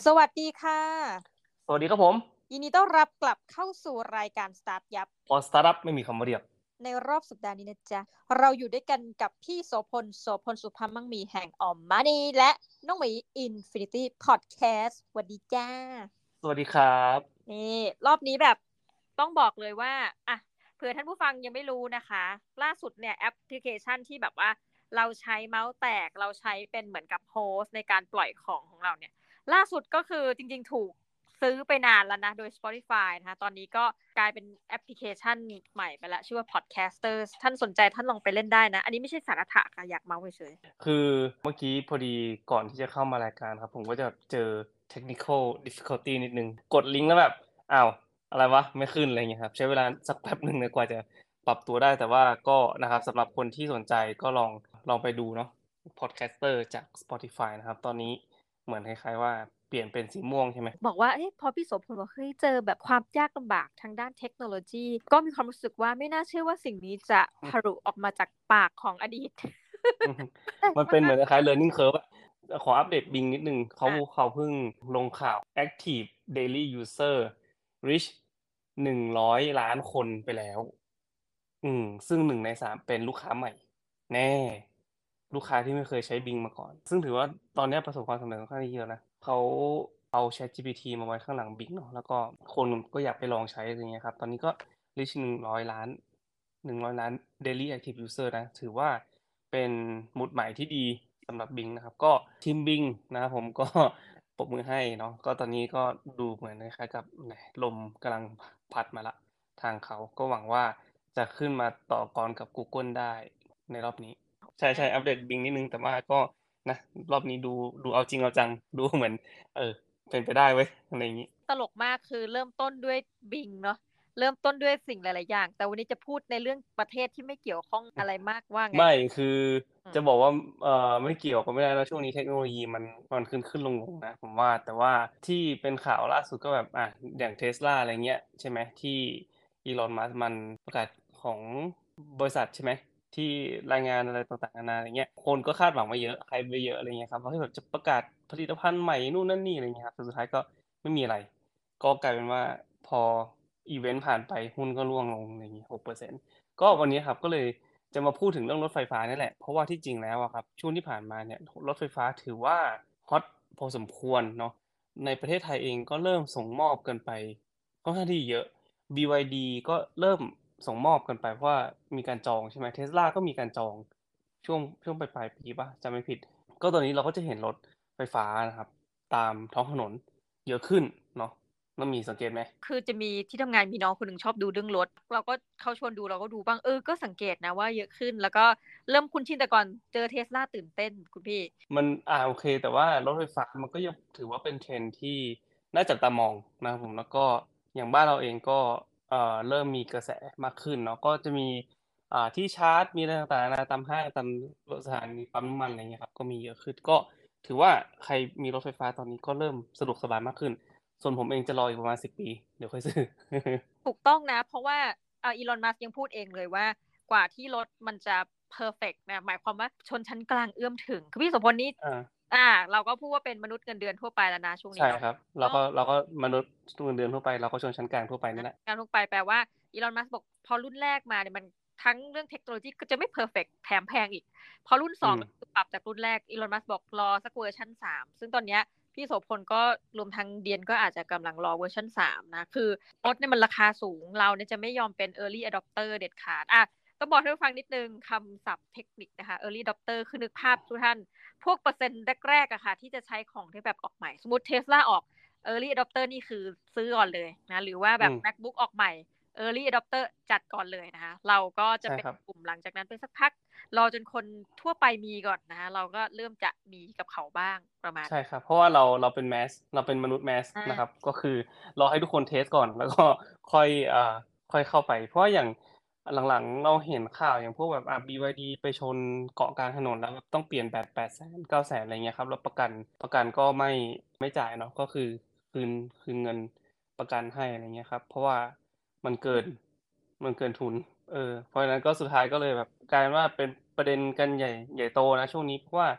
สวัสดีค่ะสวัสดีครับผมยินดีต้อนรับกลับเข้าสู่รายการ Start ยับพอสตาร์ทอัพไม่มีคำว่าเรียบในรอบสัปดาห์นี้นะจ๊ะเราอยู่ด้วยกันกับพี่โสพลสุภาพมั่งมีแห่งออมมานีและน้องหมี Infinity Podcast สวัสดีจ้าสวัสดีครับนี่รอบนี้แบบต้องบอกเลยว่าอ่ะเผื่อท่านผู้ฟังยังไม่รู้นะคะล่าสุดเนี่ยแอปพลิเคชันที่แบบว่าเราใช้เมาส์แตกเราใช้เป็นเหมือนกับโฮสต์ในการปล่อยของเราเนี่ยล่าสุดก็คือจริงๆถูกซื้อไปนานแล้วนะโดย Spotify นะคะตอนนี้ก็กลายเป็นแอปพลิเคชันใหม่ไปแล้วชื่อว่า Podcasters ท่านสนใจท่านลองไปเล่นได้นะอันนี้ไม่ใช่สาระค่ะอยากเมาส์เฉยคือเมื่อกี้พอดีก่อนที่จะเข้ามารายการครับผมก็จะเจอ technical difficulty นิดหนึ่งกดลิงก์แล้วแบบอ้าวอะไรวะไม่ขึ้นอะไรเงี้ยครับใช้เวลาสักแป๊บหนึ่งเลยกว่าจะปรับตัวได้แต่ว่าก็นะครับสำหรับคนที่สนใจก็ลองไปดูเนาะ Podcaster จาก Spotify นะครับตอนนี้เหมือนคล้ายๆว่าเปลี่ยนเป็นสีม่วงใช่ไหมๆบอกว่าเอ๊ะพอพี่โสพลบอกเฮ้ยเจอแบบความยากลำบากทางด้านเทคโนโลยีก็มีความรู้สึกว่าไม่น่าเชื่อว่าสิ่งนี้จะผุออกมาจากปากของอดีตอือฮึแปลกมันเป็นเหมากมือนคล้ายๆ learning curve อะขออัปเดต Bing นิดหนึ่งอ่ะเขาเพิ่งลงข่าว active daily user reach 100ล้านคนไปแล้วซึ่ง1ใน3เป็นลูกค้าใหม่แน่ลูกค้าที่ไม่เคยใช้ Bing มาก่อนซึ่งถือว่าตอนเนี้ยประสบความสำเร็จค่อนข้างที่เยอะนะเขาเอา ChatGPT มาไว้ข้างหลัง Bing เนาะแล้วก็คนก็อยากไปลองใช้อะไรเงี้ยครับตอนนี้ก็ reach 100ล้านdaily active user นะถือว่าเป็นหมุดหมายที่ดีสำหรับ Bing นะครับก็ทีม Bing นะครับผมก็ปรบมือให้เนาะก็ตอนนี้ก็ดูเหมือนคล้ายๆกับแหมลมกำลังพัดมาแล้วทางเขาก็หวังว่าจะขึ้นมาต่อกรกับกูเกิลได้ในรอบนี้ใช่ๆอัปเดต Bing นิดหนึ่งแต่ว่าก็นะรอบนี้ดูเอาจริงเอาจังดูเหมือนเออเป็นไปได้เว้ยอะไรอย่างงี้ตลกมากคือเริ่มต้นด้วยบิงเนาะเริ่มต้นด้วยสิ่งหลายๆอย่างแต่วันนี้จะพูดในเรื่องประเทศที่ไม่เกี่ยวข้องอะไรมากว่าไงไม่คืออืมจะบอกว่าไม่เกี่ยวก็ไม่ได้นะช่วงนี้เทคโนโลยีมันขึ้นๆลงๆนะผมว่าแต่ว่าที่เป็นข่าวล่าสุดก็แบบอย่าง Tesla อะไรเงี้ยใช่ไหมที่ Elon Musk มันประกาศของบริษัทใช่ไหมที่รายงานอะไรต่างๆนานาอะไรเงี้ยคนก็คาดหวังไว้เยอะ hype ไว้เยอะอะไรเงี้ยครับว่าเฮ้ยแบบจะประกาศผลิตภัณฑ์ใหม่นู่นนั่นนี่อะไรเงี้ยครับแต่สุดท้ายก็ไม่มีอะไรก็กลายเป็นว่าพออิเวนต์ผ่านไปหุ้นก็ร่วงลงอะไรงี้6%ก็วันนี้ครับก็เลย จะมาพูดถึงเรื่องรถไฟฟ้านี่แหละ เพราะว่าที่จริงแล้วอะครับช่วงที่ผ่านมาเนี่ยรถไฟฟ้าถือว่าฮอตพอสมควรเนาะในประเทศไทยเองก็เริ่มส่งมอบกันไปค่อนข้างที่เยอะ BYD ก็เริ่มส่งมอบกันไปเพราะว่ามีการจองใช่ไหม Tesla ก็มีการจองช่วงปลายๆปีเปล่าจำไม่ผิดก็ตอนนี้เราก็จะเห็นรถไฟฟ้านะครับตามท้องถนนเยอะขึ้นเนาะน้องมีสังเกตไหมคือจะมีที่ทำงานมีน้องคนหนึ่งชอบดูเรื่องรถเราก็เขาชวนดูเราก็ดูบ้างก็สังเกตนะว่าเยอะขึ้นแล้วก็เริ่มคุ้นชินแต่ก่อนเจอเทสลาตื่นเต้นคุณพี่มันโอเคแต่ว่ารถไฟฟ้ามันก็ยังถือว่าเป็น trend ที่น่าจับตามองนะครับผมแล้วก็อย่างบ้านเราเองก็เริ่มมีกระแสมากขึ้นเนาะก็จะมีที่ชาร์จมีอะไรต่างๆนานาตามห้างตามสถานีปั๊มน้ำมันอะไรเงี้ยครับก็มีเยอะขึ้นก็ถือว่าใครมีรถไฟฟ้าตอนนี้ก็เริ่มสะดวกสบายมากขึ้นส่วนผมเองจะรออีกประมาณ10 ปีเดี๋ยวค่อยซื้อถูกต้องนะเพราะว่าอีลอนมัสก์ยังพูดเองเลยว่ากว่าที่รถมันจะเพอร์เฟกต์นะหมายความว่าชนชั้นกลางเอื้อมถึงคือพี่โสมพลนี่อาเราก็พูดว่าเป็นมนุษย์เงินเดือนทั่วไปแล้วนะช่วงนี้เนาะใช่ครับเราก็ก็เราก็มนุษย์เงินเดือนทั่วไปเราก็ชนชั้นกลางทั่วไปนี่แหละการลงไปแปลว่าอีลอนมัสบอกพอรุ่นแรกมาเนี่ยมันทั้งเรื่องเทคโนโลยีก็จะไม่เพอร์เฟกแถมแพงอีกพอรุ่นสองอืมคือปรับจากรุ่นแรกอีลอนมัสบอกรอสักเวอร์ชัน3ซึ่งตอนเนี้ยพี่โสพลก็รวมทั้งเดียนก็อาจจะกำลังรอเวอร์ชัน3นะคือรถเนี่ยมันราคาสูงเราเนี่ยจะไม่ยอมเป็น early adopter เด็ดขาดต้องบอกให้ฟังนิดนึงคำศัพท์เทคนิคนะคะ early adopter คือนึกภาพทุกท่านพวกเปอร์เซ็นต์แรกๆอะค่ะที่จะใช้ของที่แบบออกใหม่สมมติเทสลาออก Early Adopter นี่คือซื้อก่อนเลยนะหรือว่าแบบอืม MacBook ออกใหม่ Early Adopter จัดก่อนเลยนะคะเราก็จะเป็นใช่ครับกลุ่มหลังจากนั้นไปสักพักรอจนคนทั่วไปมีก่อนนะคะเราก็เริ่มจะมีกับเขาบ้างประมาณใช่ครับเพราะว่าเราเป็น mass เราเป็นมนุษย์ mass นะครับอ่าก็คือรอให้ทุกคนเทสต์ก่อนแล้วก็ค่อยค่อยเข้าไปเพราะว่าอย่างหลังๆเราเห็นข่าวอย่างพวกแบบBYD ไปชนเกาะกลางถนนแล้วแบบต้องเปลี่ยนแบต800,000 900,000อะไรเงี้ยครับแล้วประกันก็ไม่จ่ายเนาะก็คือคืนคืนเงินประกันให้อะไรเงี้ยครับเพราะว่ามันเกินมันเกินทุนเพราะฉะนั้นก็สุดท้ายก็เลยแบบกลายเป็นว่าเป็นประเด็นกันใหญ่โตนะช่วงนี้เพราะว่า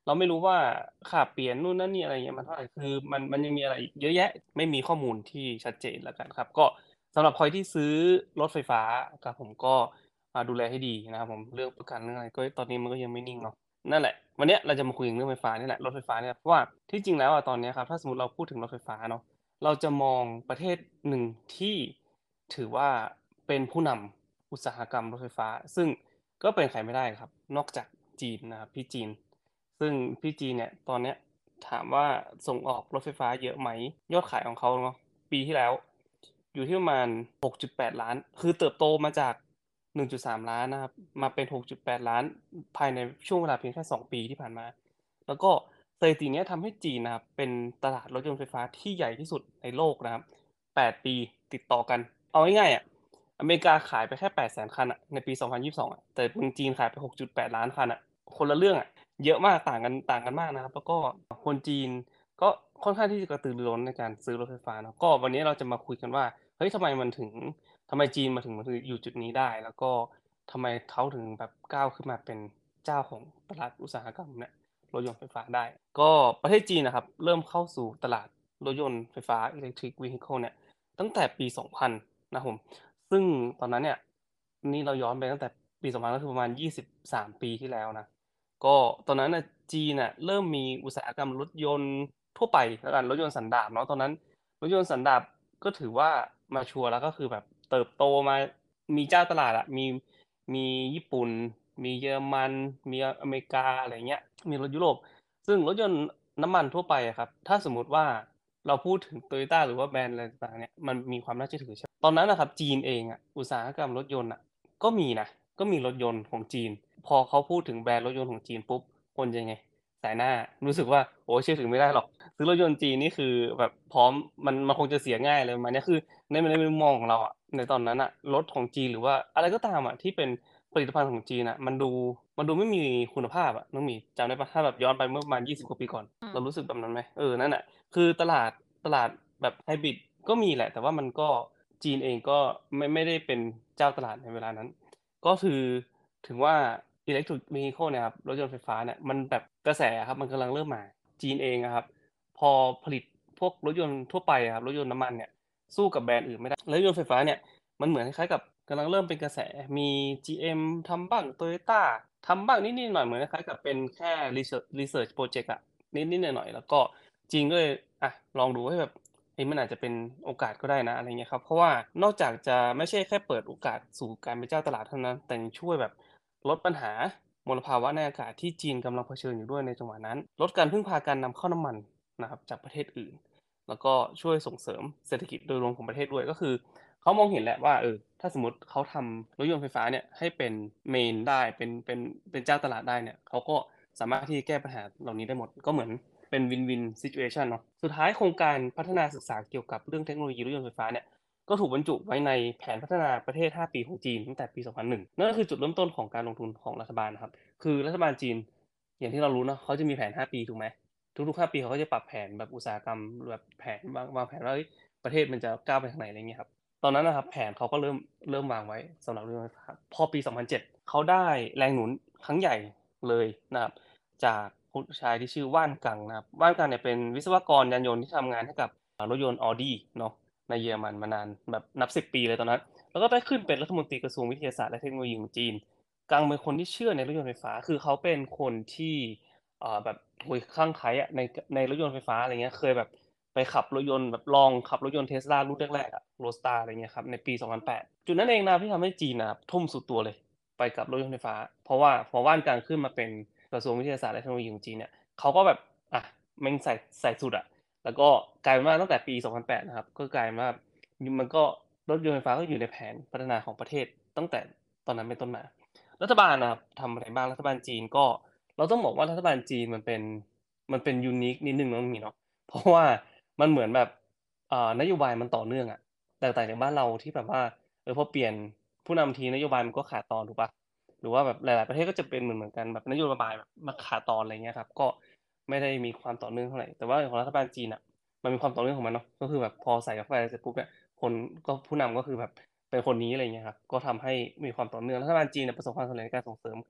เราไม่รู้ว่าค่าเปลี่ยนนู่นนั่นนี่อะไรอย่างเงี้ยมันเท่าไรคือมันยังมีอะไรอีกเยอะแยะไม่มีข้อมูลที่ชัดเจนแล้วกันครับก็สำหรับใครที่ซื้อรถไฟฟ้าครับผมก็ดูแลให้ดีนะครับผมเรื่องประกันเรื่องอะไรก็ตอนนี้มันก็ยังไม่นิ่งเนาะนั่นแหละวันเนี้ยเราจะมาคุยถึงเรื่องไฟฟ้านี่แหละรถไฟฟ้าเนี่ยเพราะว่าที่จริงแล้วอะตอนเนี้ยครับถ้าสมมุติเราพูดถึงรถไฟฟ้าเนาะเราจะมองประเทศหนึ่งที่ถือว่าเป็นผู้นำอุตสาหกรรมรถไฟฟ้าซึ่งก็เป็นใครไม่ได้ครับนอกจากจีนนะครับพี่จีน ซึ่งพี่จีนเนี่ยตอนเนี้ยถามว่าส่งออกรถไฟฟ้าเยอะไหมยอดขายของเขาเนาะปีที่แล้วอยู่ที่ประมาณ6.8ล้านคือเติบโตมาจาก1.3ล้านนะครับมาเป็น6.8ล้านภายในช่วงเวลาเพียงแค่2ปีที่ผ่านมาแล้วก็สถิติเนี้ยทำให้จีนนะครับเป็นตลาดรถยนต์ไฟฟ้าที่ใหญ่ที่สุดในโลกนะครับ8ปีติดต่อกันเอาง่ายๆอะอเมริกาขายไปแค่800,000คันอะในปี2022อะแต่เมืองจีนขายไป6.8ล้านคันอะคนละเรื่องอะ เยอะมากต่างกันมากนะครับแล้วก็คนจีนก็ค่อนข้างที่จะกระตือรือร้นในการซื้อรถไฟฟ้าเนาะก็วันนี้เราจะมาคุยกันว่าเฮ้ยทำไมจีนมาถึงอยู่จุดนี้ได้แล้วก็ทำไมเขาถึงแบบก้าวขึ้นมาเป็นเจ้าของตลาดอุตสาหกรรมเนี่ยรถยนต์ไฟฟ้าได้ก็ประเทศจีนน่ะครับเริ่มเข้าสู่ตลาดรถยนต์ไฟฟ้า Electric Vehicle เนี่ยตั้งแต่ปี2000นะครับผมซึ่งตอนนั้นเนี่ยนี่เราย้อนไปตั้งแต่ปี2000ก็คือประมาณ23ปีที่แล้วนะ ก็ตอนนั้นน่ะจีนน่ะเริ่มมีอุตสาหกรรมรถยนต์ทั่วไปแล้วกันรถยนต์สันดาปเนาะตอนนั้นรถยนต์สันดาปก็ถือว่ามาชัวร์แล้วก็คือแบบเติบโตมามีเจ้าตลาดอะมีญี่ปุ่นมีเยอรมันมีอเมริกาอะไรอย่างเงี้ยมีรถยุโรปซึ่งรถยนต์น้ำมันทั่วไปอะครับถ้าสมมุติว่าเราพูดถึง Toyota หรือว่าแบรนด์อะไรต่างๆเนี่ยมันมีความน่าเชื่อถือใช่ตอนนั้นน่ะครับจีนเองอะอุตสาหกรรมรถยนต์น่ะ ก็มีนะก็มีรถยนต์ของจีนพอเขาพูดถึงแบรนด์รถยนต์ของจีนปุ๊บคนจะยังไงสายหน้ารู้สึกว่าโอ้โฮเชื่อถือไม่ได้หรอกซื้อรถยนต์จีนนี่คือแบบพร้อมมันคงจะเสียง่ายอะไรประมาณเนี้ยคือในมุมมองของเราอะในตอนนั้นน่ะรถของจีนหรือว่าอะไรก็ตามอะที่เป็นผลิตภัณฑ์ของจีนน่ะมันดูไม่มีคุณภาพอะน้องหมีจำได้เปล่าถ้าแบบย้อนไปเมื่อประมาณ20กว่าปีก่อนอืมเรารู้สึกแบบนั้นไหมนั่นน่ะคือตลาดแบบไฮบริดก็มีแหละแต่ว่ามันก็จีนเองก็ไม่ได้เป็นเจ้าตลาดในเวลานั้น ก็คือถึงว่า Electric Vehicle เนี่ยครับรถยนต์ไฟฟ้าเนี่ยมันแบบกระแสอะครับมันกำลังเริ่มมาจีนเองอะครับพอผลิตพวกรถยนต์ทั่วไปอะครับรถยนต์น้ำมันเนี่ยสู้กับแบรนด์อื่นไม่ได้แล้วรถยนต์ไฟฟ้าเนี่ยมันเหมือนคล้ายๆกับกำลังเริ่มเป็นกระแสมี GM ทำบ้าง Toyota ทำบ้างนิดๆหน่อยๆเหมือนคล้ายๆกับเป็นแค่research project อะนิดๆหน่อยๆแล้วก็จีนก็เลยอะลองดูให้แบบ เฮ้ยมันอาจจะเป็นโอกาสก็ได้นะอะไรเงี้ยครับเพราะว่านอกจากจะไม่ใช่แค่เปิดโอกาสสู่การเป็นเจ้าตลาดเท่านั้นแต่ยังช่วยแบบลดปัญหามลภาวะในอากาศที่จีนกำลังเผชิญอยู่ด้วยในจังหวะนั้นลดการพึ่งพาการนำเข้าน้ำมันนะครับจากประเทศอื่นแล้วก็ช่วยส่งเสริมเศรษฐกิจโดยรวมของประเทศด้วยก็คือเขามองเห็นแหละว่าถ้าสมมุติเขาทำรถยนต์ไฟฟ้าเนี่ยให้เป็น Main ได้เป็นเจ้าตลาดได้เนี่ยเขาก็สามารถที่จะแก้ปัญหาเหล่านี้ได้หมดก็เหมือน เป็น Win-win situation เนาะสุดท้ายโครงการพัฒนาศึกษาเกี่ยวกับเรื่องเทคโนโลยีรถยนต์ไฟฟ้าเนี่ยก็ถูกบรรจุไว้ในแผนพัฒนาประเทศ5ปีของจีนตั้งแต่ปี2001นั่นก็คือจุดเริ่มต้นของการลงทุนของรัฐบาลนะครับคือรัฐบาลจีนอย่างที่เรารู้เนาะเขาจะมีแผน5ปีถูกไหมทุกๆ5ปีเขาก็จะปรับแผนแบบอุตสาหกรรมแบบแผนวางแผนว่าเฮ้ยประเทศมันจะก้าวไปทางไหนอะไรงี้ครับตอนนั้นน่ะครับแผนเขาก็เริ่มวางไว้สำหรับรถยนต์ไฟฟ้าพอปี2007เขาได้แรงหนุนครั้งใหญ่เลยนะครับ จากผู้ชายที่ชื่อว่านกังนะครับว่านกังเนี่ยเป็นวิศวกรยานยนต์ที่ทำงานให้กับรถยนต์ Audi เนาะในเยอรมันมานานแบบนับ10ปีเลยตอนนั้นแล้วก็ได้ขึ้นเป็นรัฐมนตรีกระทรวงวิทยาศาสตร์และเทคโนโลยีของจีนกังเป็นคนที่เชื่อในรถยนต์ไฟฟ้าคือเขาเป็นคนที่แบบโอ้โฮคลั่งไคล้อะในรถยนต์ไฟฟ้าอะไรเงี้ยเคยแบบไปขับรถยนต์แบบลองขับรถยนต์ Tesla รุ่นแรกๆอะ Roadster อะไรเงี้ยครับในปี2008จุดนั้นเองนะครับที่ทำให้จีนอะครับทุ่มสุดตัวเลย ไปกับรถยนต์ไฟฟ้าเพราะว่าพอว่านกลางขึ้นมาเป็นกระทรวงวิทยาศาสตร์และเทคโนโลยีของจีนเนี่ยเขาก็แบบอะแม่งใส่สุดอะแล้วก็กลายเป็นว่าตั้งแต่ปี2008นะครับก็กลายเป็นว่ามันก็รถยนต์ไฟฟ้าก็อยู่ในแผนพัฒนาของประเทศตั้งแต่ตอนนั้นเป็นต้นมารัฐบาลนะครับทำอะไรบ้างรัฐบาลจีนก็เราต้องบอกว่ารัฐบาลจีนมันเป็น unique นิดหนึ่งเนาะตรงนี้เนาะเพราะว่ามันเหมือนแบบนโยบายมันต่อเนื่องอะแตกต่างจากบ้านเราที่แบบว่าพอเปลี่ยนผู้นำทีนโยบายมันก็ขาดตอนถูกเปล่า หรือว่าแบบหลายๆประเทศก็จะเป็นเหมือนกันแบบนโยบายแบบมาขาดตอนอะไรเงี้ยครับก็ไม่ได้มีความต่อเนื่องเท่าไรแต่ว่าของรัฐบาลจีนน่ะมันมีความต่อเนื่องของมันเนาะก็คือแบบพอใส่เข้าไปเสร็จปุ๊บเนี่ยคนก็ผู้นำก็คือแบบเป็นคนนี้อะไรเงี้ยครับก็ทำให้มีความต่อเนื่องรัฐบาลจีนเนี่ยประสบความสำเร็จในการส่งเสริม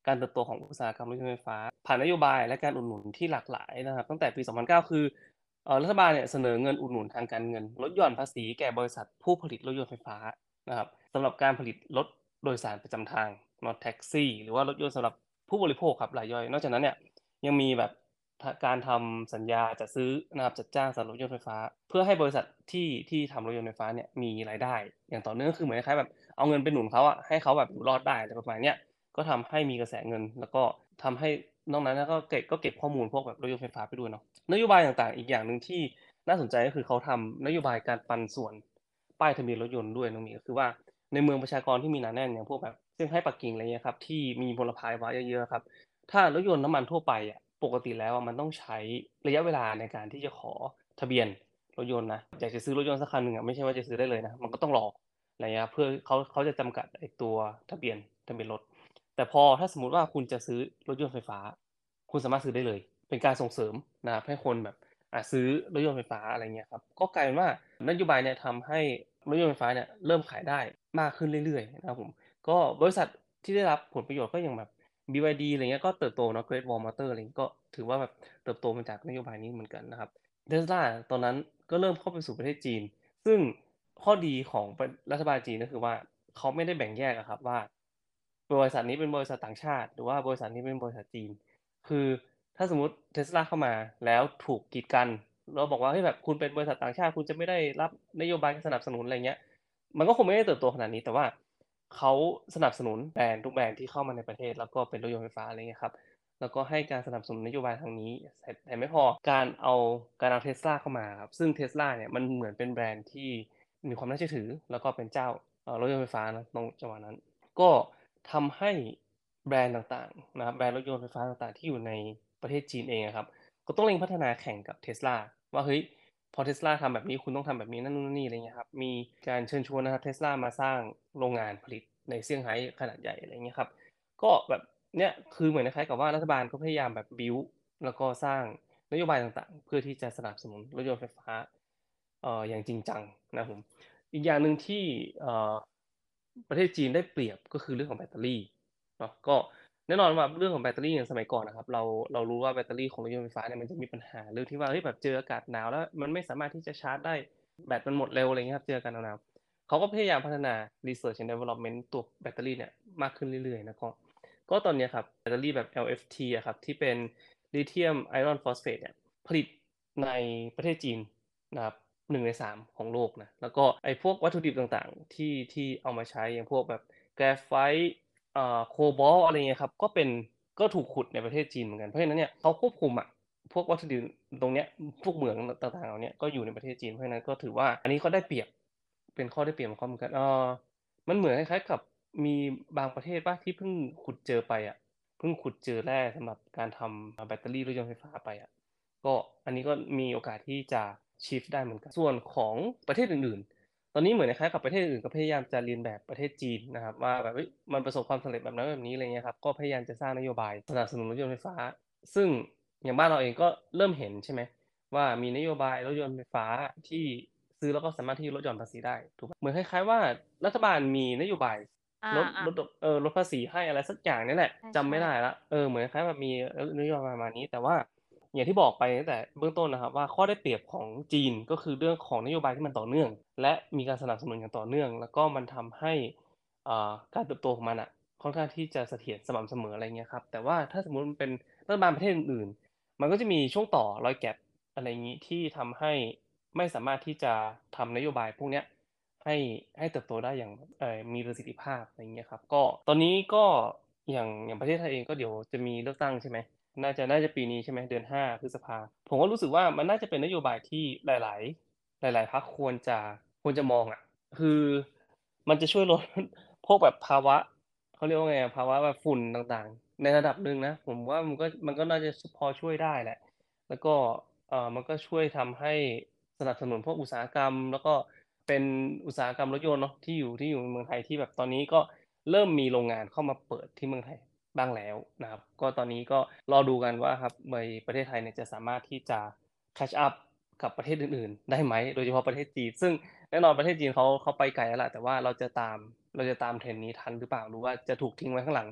การเติบโตของอุตสาหกรรมรถยนต์ไฟฟ้าผ่านนโยบายและการอุดหนุนที่หลากหลายนะครับตั้งแต่ปี 2009 คือรัฐบาลเนี่ยเสนอเงินอุดหนุนทางการเงินลดหย่อนภาษีแก่บริษัทผู้ผลิตรถยนต์ไฟฟ้านะครับสำหรับการผลิตรถโดยสารประจำทางรถแท็กซี่หรือว่ารถยนต์สำหรับผู้บริโภคครับรายย่อยนอกจากนั้นเนี่ยยังมีแบบการทำสัญญาจัดซื้อนะครับจัดจ้างสำหรับรถยนต์ไฟฟ้าเพื่อให้บริษัทที่ทำรถยนต์ไฟฟ้าเนี่ยมีรายได้อย่างต่อเนื่องก็คือเหมือนคล้ายๆแบบเอาเงินไปหนุนเขาอะให้เขาแบบอยู่รอดได้อะไรประมาณเนี้ย ก็ทำให้มีกระแสเงินแล้วก็ทำให้นอกนั้นก็เก็บข้อมูลพวกแบบรถยนต์ไฟฟ้าไปด้วยเนาะนโยบายต่างๆอีกอย่างหนึ่งที่น่าสนใจก็คือเขาทำนโยบายการปันส่วนป้ายทะเบียนรถยนต์ด้วยน้องหมีก็คือว่าในเมืองประชากรที่มีหนาแน่นอย่างพวกแบบเซี่ยงไฮ้ปักกิ่งอะไรเงี้ยครับที่มีมลภาวะเยอะๆครับถ้ารถยนต์น้ำมันทั่วไปอะปกติแล้วอะมันต้องใช้ระยะเวลาในการที่จะขอทะเบียนรถยนต์นะอยากจะซื้อรถยนต์สักคันหนึ่งอะไม่ใช่ว่าจะซื้อได้เลยนะมันก็ต้องรออะไรเงี้ยเพื่อเขาจะจำกัดไอ้ตัวทะเบียนรถ แต่พอถ้าสมมุติว่าคุณจะซื้อรถยนต์ไฟฟ้าคุณสามารถซื้อได้เลยเป็นการส่งเสริมนะครับให้คนแบบซื้อรถยนต์ไฟฟ้าอะไรเงี้ยครับก็กลายเป็นว่านโยบายเนี่ยทำให้รถยนต์ไฟฟ้าเนี่ยเริ่มขายได้มากขึ้นเรื่อยๆนะครับผมก็บริษัทที่ได้รับผลประโยชน์ก็อย่างแบบ BYD อะไรเงี้ยก็เติบโตเนาะ Great Wall Motor อะไรงี้ก็ถือว่าแบบเติบโตมาจากนโยบายนี้เหมือนกันนะครับ Tesla ตอนนั้นก็เริ่มเข้าไปสู่ประเทศจีนซึ่งข้อดีของรัฐบาลจีนก็คือว่าเขาไม่ได้แบ่งแยกอะครับว่า บริษัทนี้เป็นบริษัทต่างชาติหรือว่าบริษัทนี้เป็นบริษัทจีนคือถ้าสมมุติ Tesla เข้ามาแล้วถูกกีดกันแล้วบอกว่าเฮ้ยแบบคุณเป็นบริษัทต่างชาติคุณจะไม่ได้รับนโยบายสนับสนุนอะไรเงี้ยมันก็คงไม่ได้เติบโตขนาดนี้แต่ว่าเขาสนับสนุนแบรนด์ทุกแบรนด์ที่เข้ามาในประเทศแล้วก็เป็นรถยนต์ไฟฟ้าอะไรเงี้ยครับแล้วก็ให้การสนับสนุนนโยบายทางนี้แต่ไม่พอการเอา Tesla เข้ามาครับซึ่ง Tesla เนี่ยมันเหมือนเป็นแบรนด์ที่มีความน่าเชื่อถือแล้วก็เป็นเจ้ารถยนต์ไฟฟ้านะตรงจังหวะนั้น ก็ทำให้แบรนด์ต่างๆนะครับแบรนด์รถยนต์ไฟฟ้าต่างๆที่อยู่ในประเทศจีนเองอะครับก็ต้องเร่งพัฒนาแข่งกับ Tesla ว่าเฮ้ยพอ Tesla ทำแบบนี้คุณต้องทำแบบนี้นั่นนู่นนี่อะไรเงี้ยครับมีการเชิญชวนนะครับ Tesla มาสร้างโรงงานผลิตในเซี่ยงไฮ้ขนาดใหญ่อะไรเงี้ยครับก็แบบเนี้ยคือเหมือนคล้ายๆกับว่ารัฐบาลก็พยายามแบบบิลด์แล้วก็สร้างนโยบายต่างๆเพื่อที่จะสนับสนุนรถยนต์ไฟฟ้าอย่างจริงจังนะครับผม อีกอย่างหนึ่งที่ประเทศจีนได้เปรียบก็คือเรื่องของแบตเตอรี่เนาะก็แน่นอนว่าเรื่องของแบตเตอรี่อย่างสมัยก่อนนะครับเรารู้ว่าแบตเตอรี่ของรถยนต์ไฟฟ้าเนี่ยมันจะมีปัญหาเรื่องที่ว่าเฮ้ยแบบเจออากาศหนาวแล้วมันไม่สามารถที่จะชาร์จได้แบตมันหมดเร็วอะไรเงี้ยครับเจออากาศหนาวๆเขาก็พยายามพัฒนา research and development ตัวแบตเตอรี่เนี่ยมากขึ้นเรื่อยๆนะก็ตอนเนี้ยครับแบตเตอรี่แบบ LFP อะครับที่เป็น Lithium Iron Phosphate เนี่ยผลิตในประเทศจีน นะครับ1 ใน 3ของโลกนะแล้วก็ไอ้พวกวัตถุดิบต่างๆที่เอามาใช้อย่างพวกแบบแกรไฟต์โคบอลต์อะไรเงี้ยครับก็ถูกขุดในประเทศจีนเหมือนกันเพราะฉะนั้นเนี่ยเขาควบคุมอะพวกวัตถุดิบตรงเนี้ยพวกเหมืองต่างๆเหล่าเนี้ยก็อยู่ในประเทศจีนเพราะฉะนั้นก็ถือว่าอันนี้เขาได้เปรียบเป็นข้อได้เปรียบของเขาเหมือนกันมันเหมือนคล้ายๆกับมีบางประเทศเปล่าที่เพิ่งขุดเจอไปอะเพิ่งขุดเจอแร่สำหรับการทำแบตเตอรี่รถยนต์ไฟฟ้าไปอะ ก็อันนี้ก็มีโอกาสที่จะชิฟต์ได้เหมือนกันส่วนของประเทศอื่นๆตอนนี้เหมือนคล้ายๆกับประเทศอื่นก็พยายามจะเลียนแบบประเทศจีนนะครับว่าแบบเฮ้ยมันประสบความสำเร็จแบบนั้นแบบนี้อะไรเงี้ยครับก็พยายามจะสร้างนโยบายสนับสนุนรถยนต์ไฟฟ้าซึ่งอย่างบ้านเราเองก็เริ่มเห็นใช่ไหมว่ามีนโยบายรถยนต์ไฟฟ้าที่ซื้อแล้วก็สามารถที่ลดหย่อนภาษีได้ถูกไหมเหมือนคล้ายๆว่ารัฐบาลมีนโยบายอ่าลดอ่าลดลดภาษีให้อะไรสักอย่างนี่แหละใช่จำใช่ไม่ได้แล้วเหมือนคล้ายๆแบบมีนโยบายประมาณนี้แต่ว่า อย่างที่บอกไปตั้งแต่เบื้องต้นนะครับว่าข้อได้เปรียบของจีนก็คือเรื่องของนโยบายที่มันต่อเนื่องและมีการสนับสนุนอย่างต่อเนื่องแล้วก็มันทำให้การเติบโตของมันอะค่อนข้างที่จะเสถียรสม่ำเสมออะไรเงี้ยครับแต่ว่าถ้าสมมุติมันเป็นรัฐบาลประเทศอื่นๆมันก็จะมีช่วงต่อรอยแก็ปอะไรงี้ที่ทำให้ไม่สามารถที่จะทำนโยบายพวกเนี้ยให้เติบโตได้อย่างมีประสิทธิภาพอะไรเงี้ยครับก็ตอนนี้ก็อย่างประเทศไทยเองก็เดี๋ยวจะมีเลือกตั้งใช่ไหม น่าจะปีนี้ใช่ไหมเดือน5พฤษภาผมก็รู้สึกว่ามันน่าจะเป็นนโยบายที่หลายพรรคควรจะมองอะคือมันจะช่วยลดพวกแบบภาวะเขาเรียกว่าไงอะภาวะแบบฝุ่นต่างๆในระดับหนึ่งนะผมว่ามันก็น่าจะพอช่วยได้แหละแล้วก็มันก็ช่วยทำให้สนับสนุนพวกอุตสาหกรรมแล้วก็เป็นอุตสาหกรรมรถยนต์เนาะที่อยู่ในเมืองไทยที่แบบตอนนี้ก็เริ่มมีโรงงานเข้ามาเปิดที่เมืองไทย บ้างแล้วนะครับก็ตอนนี้ก็รอดูกันว่าครับในประเทศไทยเนี่ยจะสามารถที่จะ catch up กับประเทศอื่นๆได้ไหมโดยเฉพาะประเทศจีนซึ่งแน่นอนประเทศจีนเขาไปไกลแล้วแหละแต่ว่าเราจะตาม trend นี้ทันหรือเปล่าหรือว่าจะถูกทิ้งไว้ข้างหลัง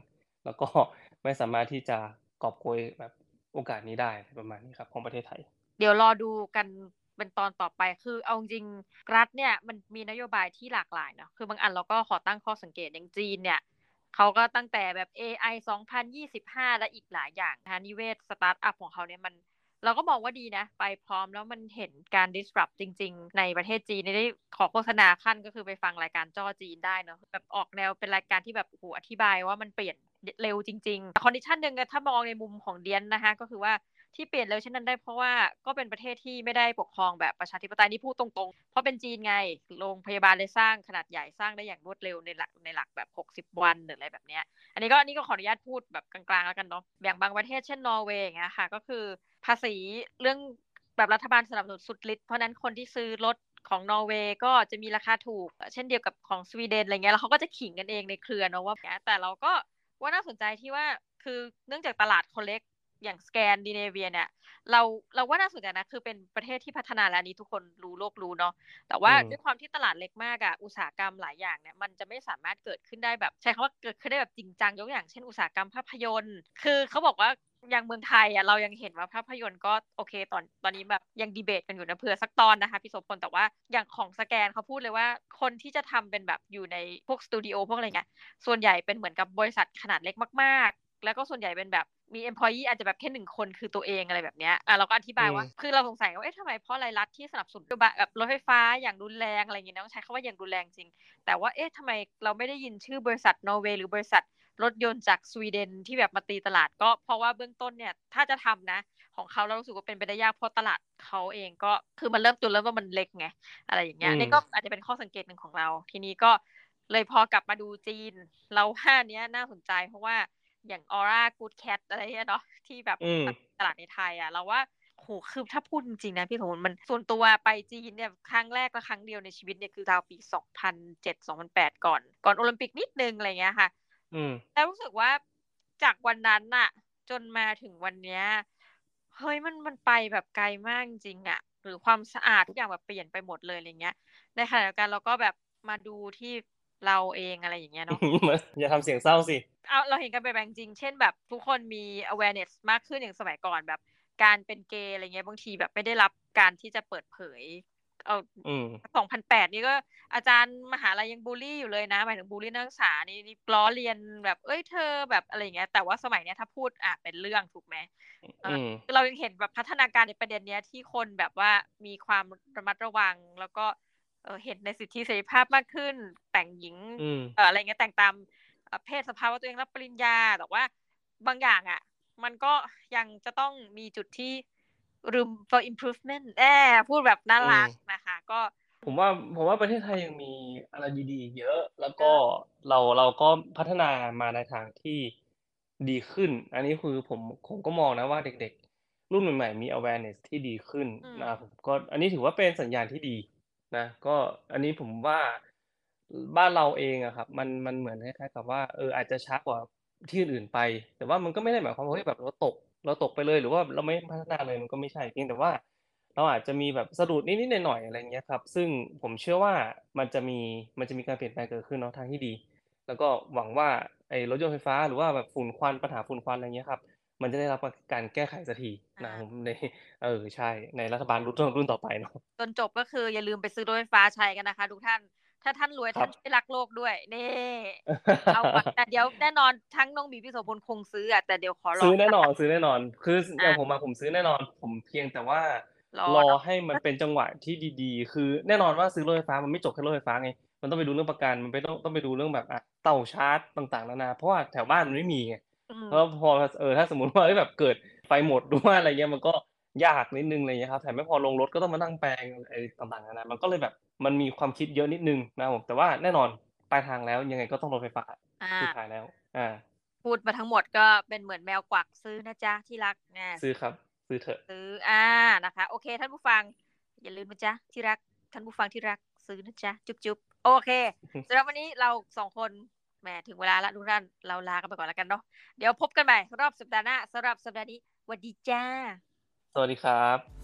แล้วก็ไม่สามารถที่จะกอบโกยแบบโอกาสนี้ได้ประมาณนี้ครับของประเทศไทยเดี๋ยวรอดูกันเป็นตอนต่อไปคือเอาจริงๆรัฐเนี่ยมันมีนโยบายที่หลากหลายเนาะคือบางอันเราก็ขอตั้งข้อสังเกตอย่างจีนเนี่ยเขาก็ตั้งแต่แบบ AI 2025และอีกหลายอย่างนะคะนิเวศสตาร์ทอัพของเขาเนี่ยมันเราก็มองว่าดีนะไปพร้อมแล้วมันเห็นการ disrupt จริงๆในประเทศจีนได้ขอโฆษณาขั้นก็คือไปฟังรายการจ้อจีนได้เนาะแบบออกแนวเป็นรายการที่แบบโอ้โหอธิบายว่ามันเปลี่ยนเร็วจริงๆคอนดิชันหนึ่งถ้ามองในมุมของเดียนนะคะก็คือว่าที่เปลี่ยนเร็วเช่นนั้นได้เพราะว่าก็เป็นประเทศที่ไม่ได้ปกครองแบบประชาธิปไตยนี่พูดตรงๆเพราะเป็นจีนไงโรงพยาบาลเลยสร้างขนาดใหญ่สร้างได้อย่างรวดเร็วในหลักแบบ60วันหรืออะไรแบบเนี้ยอันนี้ก็ขออนุญาตพูดแบบกลางๆแล้วกันเนาะอย่างบางประเทศเช่นนอร์เวย์อย่างเงี้ยค่ะก็คือภาษีเรื่องแบบรัฐบาลสนับสนุนสุดฤทธิ์เพราะนั้นคนที่ซื้อรถของนอร์เวย์ก็จะมีราคาถูกเช่นเดียวกับของสวีเดนอะไรเงี้ยแล้วเขาก็จะขิงกันเองในเครือเนาะว่าแต่เราก็ว่าน่าสนใจที่ว่าคือเนื่องจากตลาดคนเล็กอย่างสแกนดิเนเวียเนี่ยเราว่าน่าสนใจนะคือเป็นประเทศที่พัฒนาแล้วนี้ทุกคนรู้โลกรู้เนาะแต่ว่าด้วยความที่ตลาดเล็กมากอะอุตสาหกรรมหลายอย่างเนี่ยมันจะไม่สามารถเกิดขึ้นได้แบบใช้คำว่าเกิดขึ้นได้แบบจริงจังยกอย่างเช่นอุตสาหกรรมภาพยนตร์คือเขาบอกว่าอย่างเมืองไทยอะเรายังเห็นว่าภาพยนตร์ก็โอเคตอนนี้แบบยังดีเบตกันอยู่นะเผื่อสักตอนนะคะพี่โสพลแต่ว่าอย่างของสแกนเขาพูดเลยว่าคนที่จะทำเป็นแบบอยู่ในพวกสตูดิโอพวกอะไรเงี้ยส่วนใหญ่เป็นเหมือนกับบริษัทขนาดเล็กมากๆแล้วก็ส่วนใหญ่เป็นแบบมี employee อาจจะแบบแค่1 คนคือตัวเองอะไรแบบเนี้ยเราก็อธิบายว่าคือเราสงสัยว่าทำไมเพราะอะไรรัฐที่สนับสนุนแบบรถไฟฟ้าอย่างรุนแรงอะไรอย่างเงี้ยต้องใช้คำว่าอย่างรุนแรงจริงแต่ว่าทำไมเราไม่ได้ยินชื่อบริษัทนอร์เวย์หรือบริษัทรถยนต์จากสวีเดนที่แบบมาตีตลาดก็เพราะว่าเบื้องต้นเนี่ยถ้าจะทำนะของเขาเรารู้สึกว่าเป็นไปได้ยากเพราะตลาดเขาเองก็คือมันเริ่มจุดเริ่มว่ามันเล็กไงอะไรอย่างเงี้ยนี่ก็อาจจะเป็นข้อสังเกตหนึ่งของเราทีนี้ก็เลยพอกลับมาดูจีนเราว่าเนี้ยน่าสนใจเพราะว่าอย่างออร่ากูดแคทอะไรเงี้ยเนาะที่แบบตลาดในไทยเราว่าโหคือถ้าพูดจริงๆนะพี่สมมันส่วนตัวไปจีนเนี่ยครั้งแรกและครั้งเดียวในชีวิตเนี่ยคือราวปี2007-2008ก่อนโอลิมปิกนิดนึงอะไรเงี้ยค่ะแล้วรู้สึกว่าจากวันนั้นน่ะจนมาถึงวันเนี้ยเฮ้ยมันไปแบบไกลมากจริงอะหรือความสะอาดทุกอย่างแบบเปลี่ยนไปหมดเลยอะไรเงี้ยในขณะเดียวกันเราก็แบบมาดูที่เราเองอะไรอย่างเงี้ยเนาะอย่าทำเสียงเศร้าสิเราเห็นกันไปแบบจริงเช่นแบบทุกคนมี awareness มากขึ้นอย่างสมัยก่อนแบบการเป็นเกย์อะไรเงี้ยบางทีแบบไม่ได้รับการที่จะเปิดเผยเอา2008นี่ก็อาจารย์มหาลัยยังบูลลี่อยู่เลยนะหมายถึงบูลลี่นักศึกษานี่ล้อเลียนแบบเธอแบบอะไรเงี้ยแต่ว่าสมัยเนี้ยถ้าพูดเป็นเรื่องถูกไหมเรายังเห็นแบบพัฒนาการในประเด็นเนี้ยที่คนแบบว่ามีความระมัดระวังแล้วก็เห็นในสิทธิเสรีภาพมากขึ้นแต่งหญิงอะไรเงี้ยแต่งตามเพศสภาวะตัวเองรับปริญญาแต่ว่าบางอย่างมันก็ยังจะต้องมีจุดที่ room for improvement พูดแบบน่ารักนะคะก็ผมว่าประเทศไทยยังมีอะไรดีๆอีกเยอะแล้วก็เราก็พัฒนามาในทางที่ดีขึ้นอันนี้คือผมก็มองนะว่าเด็กๆรุ่นใหม่ๆมี awareness ที่ดีขึ้นนะครับผมก็อันนี้ถือว่าเป็นสัญญาณที่ดีนะก็อันนี้ผมว่าบ้านเราเองอะครับมันเหมือนคล้ายๆกับว่าอาจจะช้ากว่าที่อื่นๆไปแต่ว่ามันก็ไม่ได้หมายความว่าเฮ้ยแบบเราตกไปเลยหรือว่าเราไม่พัฒนาเลยมันก็ไม่ใช่เพียงแต่ว่า เราอาจจะมีแบบสะดุดนิดๆหน่อยๆอะไรอย่างเงี้ยครับซึ่งผมเชื่อว่ามันจะมีการเปลี่ยนแปลงเกิดขึ้นเนาะทางที่ดีแล้วก็หวังว่าไอ้รถยนต์ไฟฟ้าหรือว่าแบบฝุ่นควันปัญหาฝุ่นควันอะไรเงี้ยครับมันจะได้รับการแก้ไขสักทีนะผมในใช่ในรัฐบาลรุ่นต่อไปเนาะจนจบก็คืออย่าลืมไปซื้อรถไฟฟ้าใช้กันนะคะทุกท่านถ้าท่านรวยท่านช่วยรักโลกด้วยนี่เอาก่อนแต่เดี๋ยวแน่นอนทั้งน้องบีพี่โสพลคงซื้อแต่เดี๋ยวขอรอซื้อแน่นอนซื้อแน่นอนคืออย่างผมอ่าผมซื้อแน่นอนผมเพียงแต่ว่ารรออเนาะให้มันเป็นจังหวะที่ดีๆคือแน่นอนว่าซื้อรถไฟฟ้ามันไม่จบแค่รถไฟฟ้าไงมันต้องไปดูเรื่องประกันมันต้องไปดูเรื่องแบบเต่าชาร์จต่างๆนานาเพราะว่าแถวบ้านมันไม่มีไงแล้วพอถ้าสมมุติว่าแบบเกิดไฟหมดหรือว่าอะไรเงี้ยมันก็ยากนิดหนึ่งอะไรเงี้ยครับแถมไม่พอลงรถก็ต้องมานั่งแปลงอะไรต่างๆนานามันก็เลยแบบมันมีความคิดเยอะนิดหนึ่งนะครับผมแต่ว่าแน่นอนปลายทางแล้วยังไงก็ต้องรถไฟฟ้าสุดท้ายแล้วอาพูดมาทั้งหมดก็เป็นเหมือนแมวกวักซื้อนะจ๊ะที่รักซื้อครับซื้อเถอะซื้อนะคะโอเคท่านผู้ฟังอย่าลืมนะจ๊ะที่รักท่านผู้ฟังที่รักซื้อนะจ๊ะจุ๊บจุ๊บโอเคสำหรับวันนี้เรา2 คนแหมถึงเวลาแล้วทุกท่านเราลากันไปก่อนแล้วกันเนาะเดี๋ยวพบกันใหม่รอบสัปดาห์หน้าสำหรับสัปดาห์นี้สวัสดีจ้าสวัสดีครับ